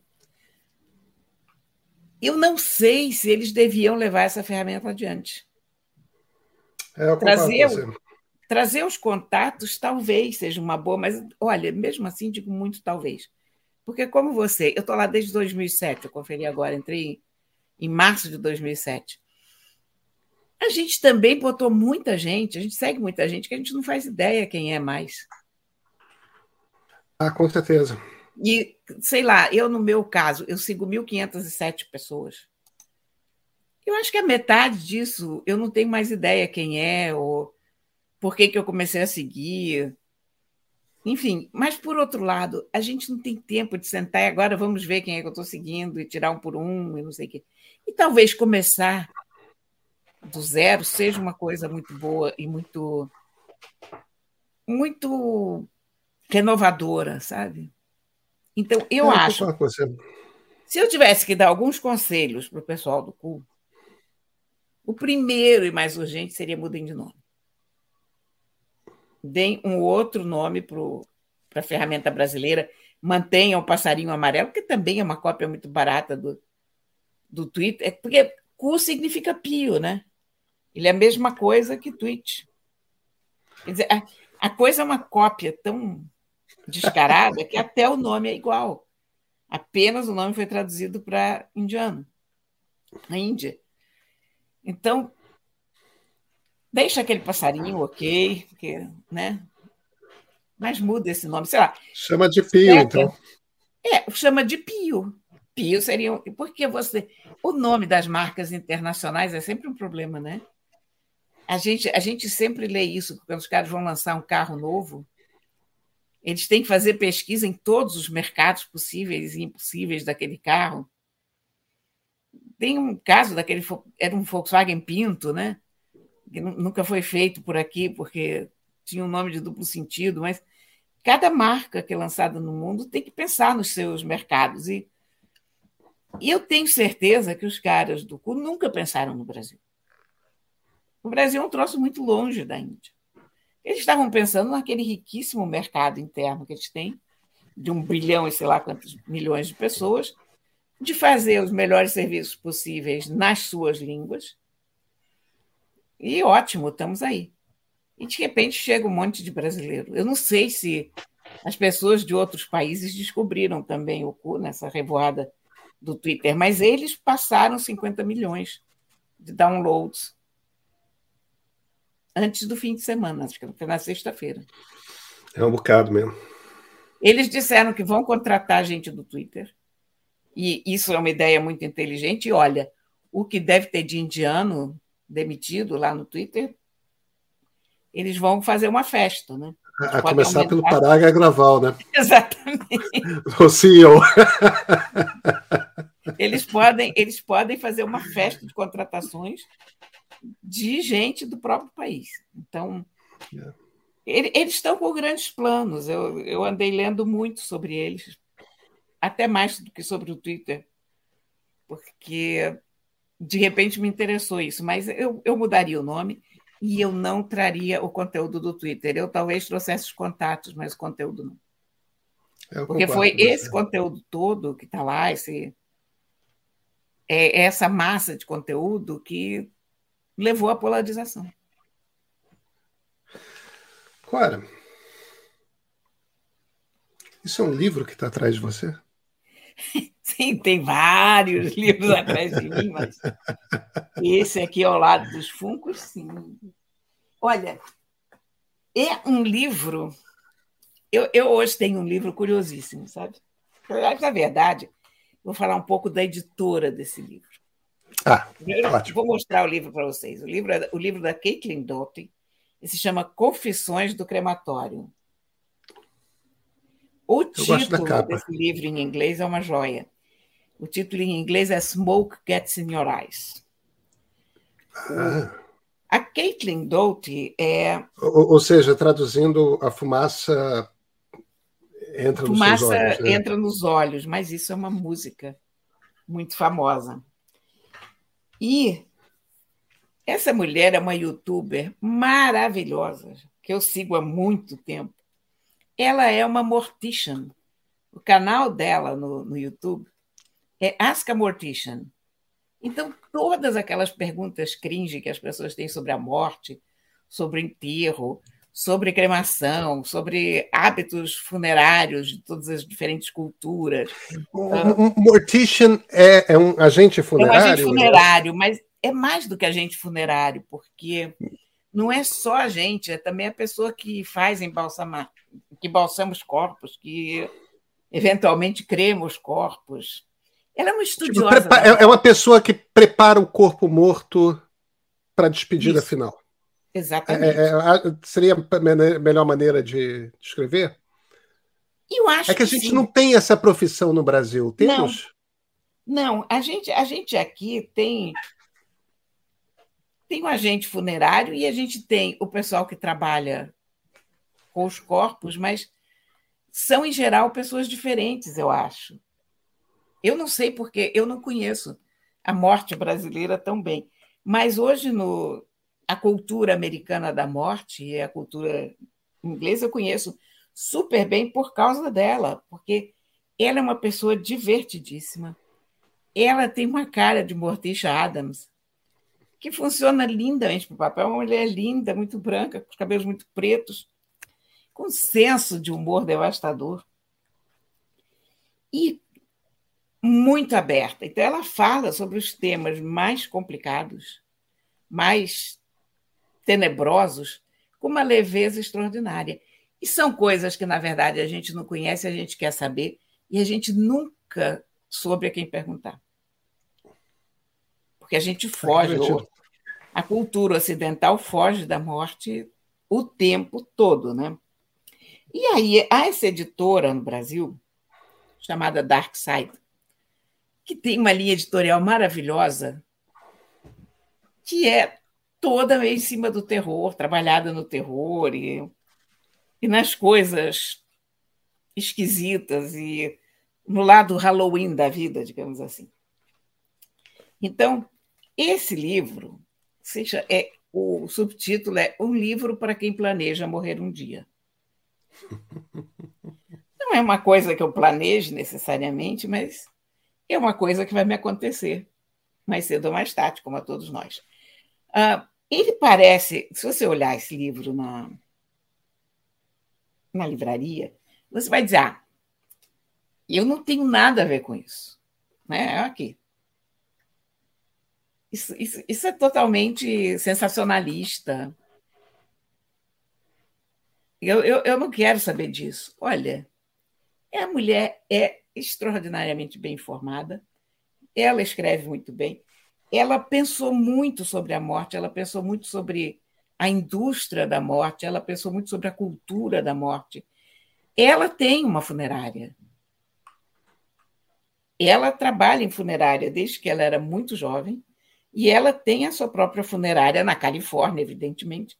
eu não sei se eles deviam levar essa ferramenta adiante. Eu concordo com você. Trazer os contatos talvez seja uma boa, mas, olha, mesmo assim, digo muito talvez. Porque, como você, eu estou lá desde 2007, eu conferi agora, entrei em março de 2007. A gente também botou muita gente, a gente segue muita gente que a gente não faz ideia quem é mais. Ah, com certeza. E, sei lá, eu, no meu caso, eu sigo 1.507 pessoas. Eu acho que a metade disso eu não tenho mais ideia quem é, ou por que eu comecei a seguir. Enfim, mas, por outro lado, a gente não tem tempo de sentar e agora vamos ver quem é que eu estou seguindo e tirar um por um e não sei o quê. E talvez começar do zero seja uma coisa muito boa e muito, muito renovadora, sabe? Então, eu Eu acho, concordo com você. se eu tivesse que dar alguns conselhos para o pessoal do CU, o primeiro e mais urgente seria mudem de nome. Deem um outro nome para a ferramenta brasileira, mantenham o passarinho amarelo, que também é uma cópia muito barata do Twitter, porque Cu significa pio, né? Ele é a mesma coisa que tweet. Quer dizer, a coisa é uma cópia tão descarada que até o nome é igual. Apenas o nome foi traduzido para indiano, na Índia. Então, deixa aquele passarinho, ok, porque, né? Mas muda esse nome, sei lá. Chama de pio, então. Chama de pio. Pio seria. Porque o nome das marcas internacionais é sempre um problema, né? A gente sempre lê isso, quando os caras vão lançar um carro novo, eles têm que fazer pesquisa em todos os mercados possíveis e impossíveis daquele carro. Tem um caso daquele. Era um Volkswagen Pinto, né? Que nunca foi feito por aqui, porque tinha um nome de duplo sentido, mas cada marca que é lançada no mundo tem que pensar nos seus mercados. E eu tenho certeza que os caras do CU nunca pensaram no Brasil. O Brasil é um troço muito longe da Índia. Eles estavam pensando naquele riquíssimo mercado interno que eles têm, de 1 bilhão e sei lá quantos milhões de pessoas, de fazer os melhores serviços possíveis nas suas línguas. E ótimo, estamos aí. E, de repente, chega um monte de brasileiro. Eu não sei se as pessoas de outros países descobriram também o CU nessa revoada do Twitter, mas eles passaram 50 milhões de downloads antes do fim de semana, acho que foi na sexta-feira. É um bocado mesmo. Eles disseram que vão contratar gente do Twitter, e isso é uma ideia muito inteligente. E olha, o que deve ter de indiano demitido lá no Twitter, eles vão fazer uma festa, né? A começar pelo Pará Agrawal, né? Exatamente. O CEO. Eles podem fazer uma festa de contratações de gente do próprio país. Então, eles estão com grandes planos. Eu andei lendo muito sobre eles, até mais do que sobre o Twitter, porque de repente me interessou isso, mas eu mudaria o nome e eu não traria o conteúdo do Twitter. Eu talvez trouxesse os contatos, mas o conteúdo não. Porque foi esse conteúdo todo que está lá, essa massa de conteúdo que levou à polarização. Cora, isso é um livro que está atrás de você? Sim, tem vários livros atrás de mim, mas esse aqui ao lado dos Funkos, sim. Olha, é um livro. Eu hoje tenho um livro curiosíssimo, sabe? Na verdade, vou falar um pouco da editora desse livro. Ótimo. Vou mostrar o livro para vocês. O livro da Caitlin Doughty, se chama Confissões do Crematório. O título desse livro em inglês é uma joia. O título em inglês é Smoke Gets in Your Eyes. A Caitlin Doughty é... Ou seja, traduzindo, a fumaça entra nos seus olhos. Né? Entra nos olhos, mas isso é uma música muito famosa. E essa mulher é uma youtuber maravilhosa, que eu sigo há muito tempo. Ela é uma mortician. O canal dela no YouTube é Ask a Mortician. Então, todas aquelas perguntas cringe que as pessoas têm sobre a morte, sobre o enterro, sobre cremação, sobre hábitos funerários de todas as diferentes culturas. Um mortician é um agente funerário? É um agente funerário, mas é mais do que agente funerário, porque não é só a gente, é também a pessoa que faz embalsamar, que balsama os corpos, que eventualmente crema os corpos. Ela é uma estudiosa. É uma pessoa que prepara o corpo morto para a despedida final. Exatamente. Seria a melhor maneira de descrever? Eu acho que a gente não tem essa profissão no Brasil. Temos? Não. A gente aqui tem um agente funerário e a gente tem o pessoal que trabalha com os corpos, mas são, em geral, pessoas diferentes, eu acho. Eu não sei porque eu não conheço a morte brasileira tão bem, mas hoje a cultura americana da morte e a cultura inglesa eu conheço super bem por causa dela, porque ela é uma pessoa divertidíssima. Ela tem uma cara de Morticia Addams que funciona lindamente para o papel. É uma mulher linda, muito branca, com os cabelos muito pretos, com senso de humor devastador. E muito aberta. Então, ela fala sobre os temas mais complicados, mais tenebrosos, com uma leveza extraordinária. E são coisas que, na verdade, a gente não conhece, a gente quer saber, e a gente nunca soube a quem perguntar. Porque a gente foge, a cultura ocidental foge da morte o tempo todo, né? E aí, há essa editora no Brasil, chamada Dark Side, que tem uma linha editorial maravilhosa, que é toda em cima do terror, trabalhada no terror e nas coisas esquisitas e no lado Halloween da vida, digamos assim. Então, esse livro, o subtítulo é Um Livro para Quem Planeja Morrer um Dia. Não é uma coisa que eu planeje necessariamente, mas é uma coisa que vai me acontecer mais cedo ou mais tarde, como a todos nós. Ele parece, se você olhar esse livro na livraria, você vai dizer, eu não tenho nada a ver com isso. Né? Aqui. Isso é totalmente sensacionalista. Eu não quero saber disso. Olha, a mulher é extraordinariamente bem informada, ela escreve muito bem, ela pensou muito sobre a morte, ela pensou muito sobre a indústria da morte, ela pensou muito sobre a cultura da morte. Ela tem uma funerária. Ela trabalha em funerária desde que ela era muito jovem, e ela tem a sua própria funerária na Califórnia, evidentemente.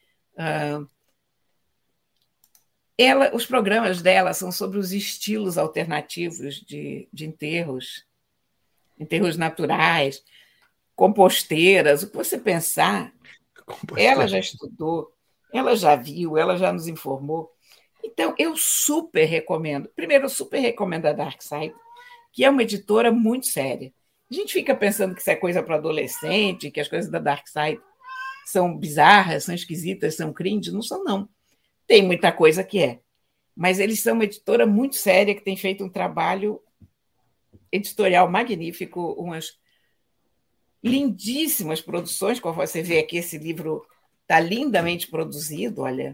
Os programas dela são sobre os estilos alternativos de enterros naturais, composteiras, o que você pensar. Ela já estudou, ela já viu, ela já nos informou. Então, eu super recomendo. Primeiro, eu super recomendo a Dark Side, que é uma editora muito séria. A gente fica pensando que isso é coisa para adolescente, que as coisas da Dark Side são bizarras, são esquisitas, são cringe. Não são, não. Tem muita coisa que é. Mas eles são uma editora muito séria, que tem feito um trabalho editorial magnífico, umas lindíssimas produções, como você vê aqui, esse livro está lindamente produzido, olha.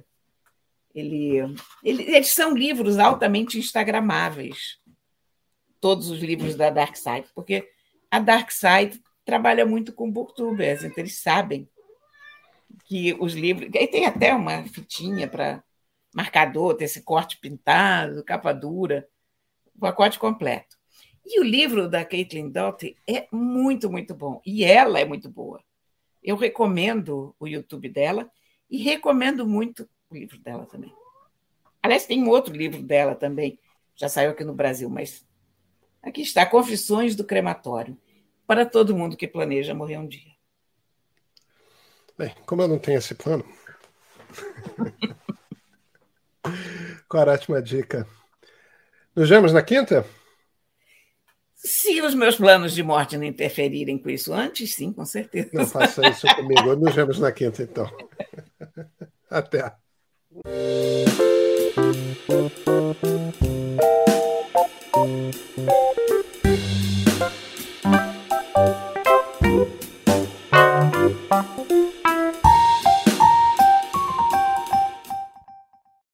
Eles são livros altamente instagramáveis, todos os livros da Dark Side, porque a Dark Side trabalha muito com booktubers, então eles sabem que os livros... E tem até uma fitinha para marcador, tem esse corte pintado, capa dura, o pacote completo. E o livro da Caitlin Doughty é muito, muito bom. E ela é muito boa. Eu recomendo o YouTube dela e recomendo muito o livro dela também. Aliás, tem um outro livro dela também, já saiu aqui no Brasil, mas aqui está, Confissões do Crematório, para todo mundo que planeja morrer um dia. Bem, como eu não tenho esse plano... Qual a ótima dica? Nos vemos na quinta? Se os meus planos de morte não interferirem com isso antes, sim, com certeza. Não faça isso comigo. Nos vemos na quinta, então. Até.